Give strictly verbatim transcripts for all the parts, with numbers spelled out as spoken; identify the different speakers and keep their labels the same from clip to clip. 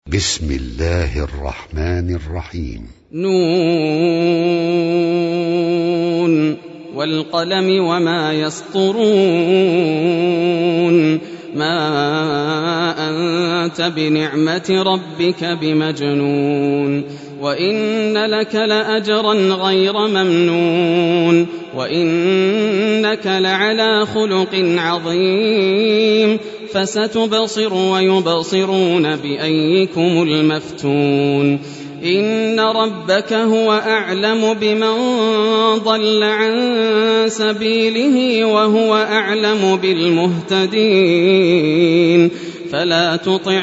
Speaker 1: بسم الله الرحمن الرحيم.
Speaker 2: نون والقلم وما يسطرون ما أنت بنعمة ربك بمجنون وإن لك لأجرا غير ممنون وإنك لعلى خلق عظيم فستبصر ويبصرون بأيكم المفتون إن ربك هو أعلم بمن ضل عن سبيله وهو أعلم بالمهتدين فلا تطع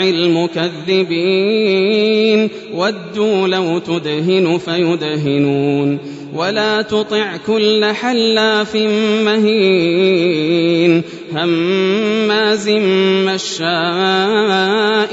Speaker 2: المكذبين ودوا لو تدهن فيدهنون ولا تطع كل حلاف مهين هماز مشاء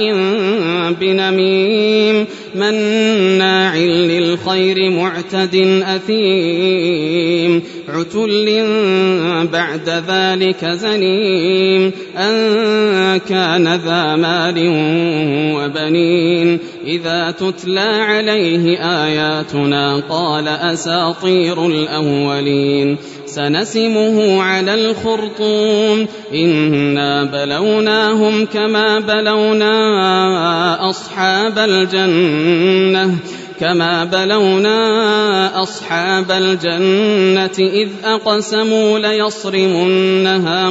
Speaker 2: بنميم مناع للخير معتد أثيم عتل بعد ذلك زنيم أن كان ذا مال وبنين إذا تتلى عليه آياتنا قال أساطير الأولين سنسمه على الخرطوم إنا بلوناهم كما بلونا أصحاب الجنة كما بلونا أصحاب الجنة إذ أقسموا ليصرمنها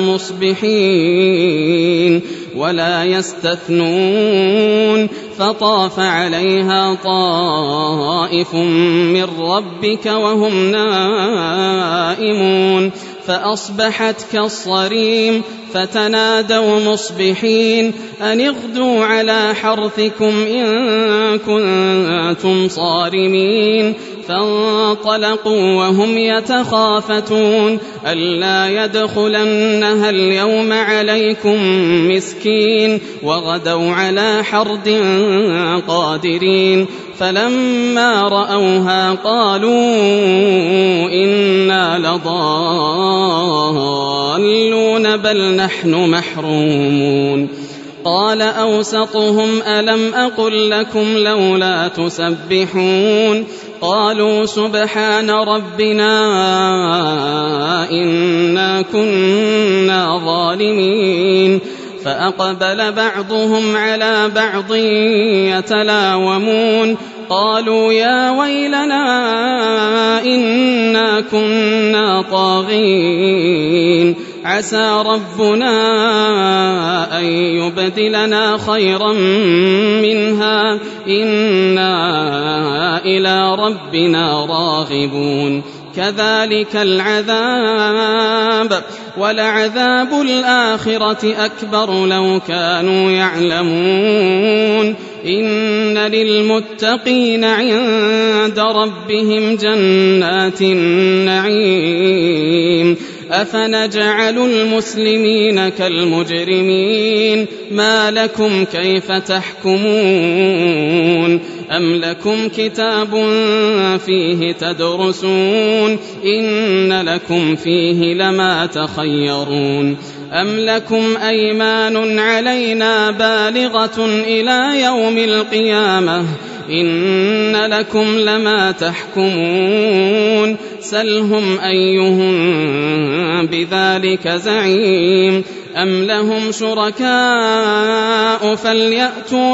Speaker 2: مصبحين ولا يستثنون فطاف عليها طائف من ربك وهم نائمون فأصبحت كالصريم فتنادوا مصبحين أن اغدوا على حرثكم إن كنتم صارمين فانطلقوا وهم يتخافتون ألا يدخلنها اليوم عليكم مسكين وغدوا على حرد قادرين فلما رأوها قالوا إنا لضالون بل نحن محرومون قال أوسطهم ألم أقل لكم لولا تسبحون قالوا سبحان ربنا إنا كنا ظالمين فأقبل بعضهم على بعض يتلاومون قالوا يا ويلنا إنا كنا طاغين عسى ربنا أن يبدلنا خيرا منها إنا إلى ربنا راغبون كذلك العذاب ولعذاب الآخرة أكبر لو كانوا يعلمون إن للمتقين عند ربهم جنات النعيم أفنجعل المسلمين كالمجرمين ما لكم كيف تحكمون أم لكم كتاب فيه تدرسون إن لكم فيه لما تخيرون أم لكم أيمان علينا بالغة إلى يوم القيامة إن لكم لما تحكمون سلهم أيهم بذلك زعيم أم لهم شركاء فليأتوا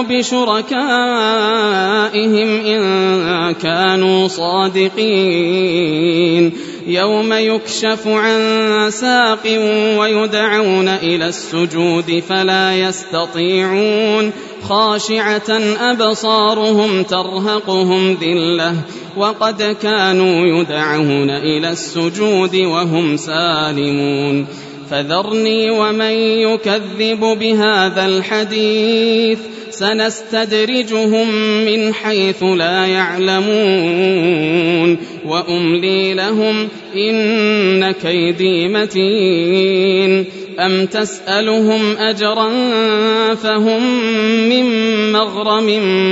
Speaker 2: بشركائهم إن كانوا صادقين يوم يكشف عن ساق ويدعون إلى السجود فلا يستطيعون خاشعة أبصارهم ترهقهم ذلة وقد كانوا يدعون إلى السجود وهم سالمون فذرني ومن يكذب بهذا الحديث سنستدرجهم من حيث لا يعلمون وأملي لهم إن كيدي متين أم تسألهم أجرا فهم من مغرم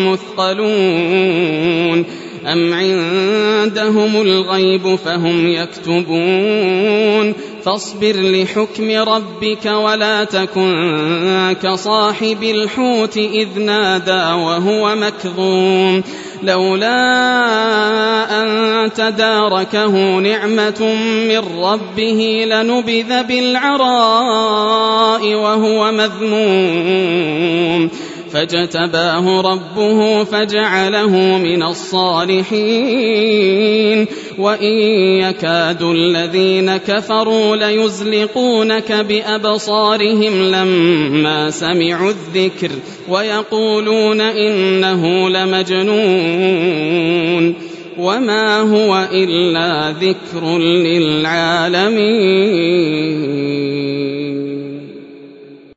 Speaker 2: مثقلون أم عندهم الغيب فهم يكتبون فاصبر لحكم ربك ولا تكن كصاحب الحوت إذ نادى وهو مكظوم لولا أن تداركه نعمة من ربه لنبذ بالعراء وهو مذموم فاجتباه ربه فجعله من الصالحين وإن يكاد الذين كفروا ليزلقونك بأبصارهم لما سمعوا الذكر ويقولون إنه لمجنون وما هو إلا ذكر للعالمين.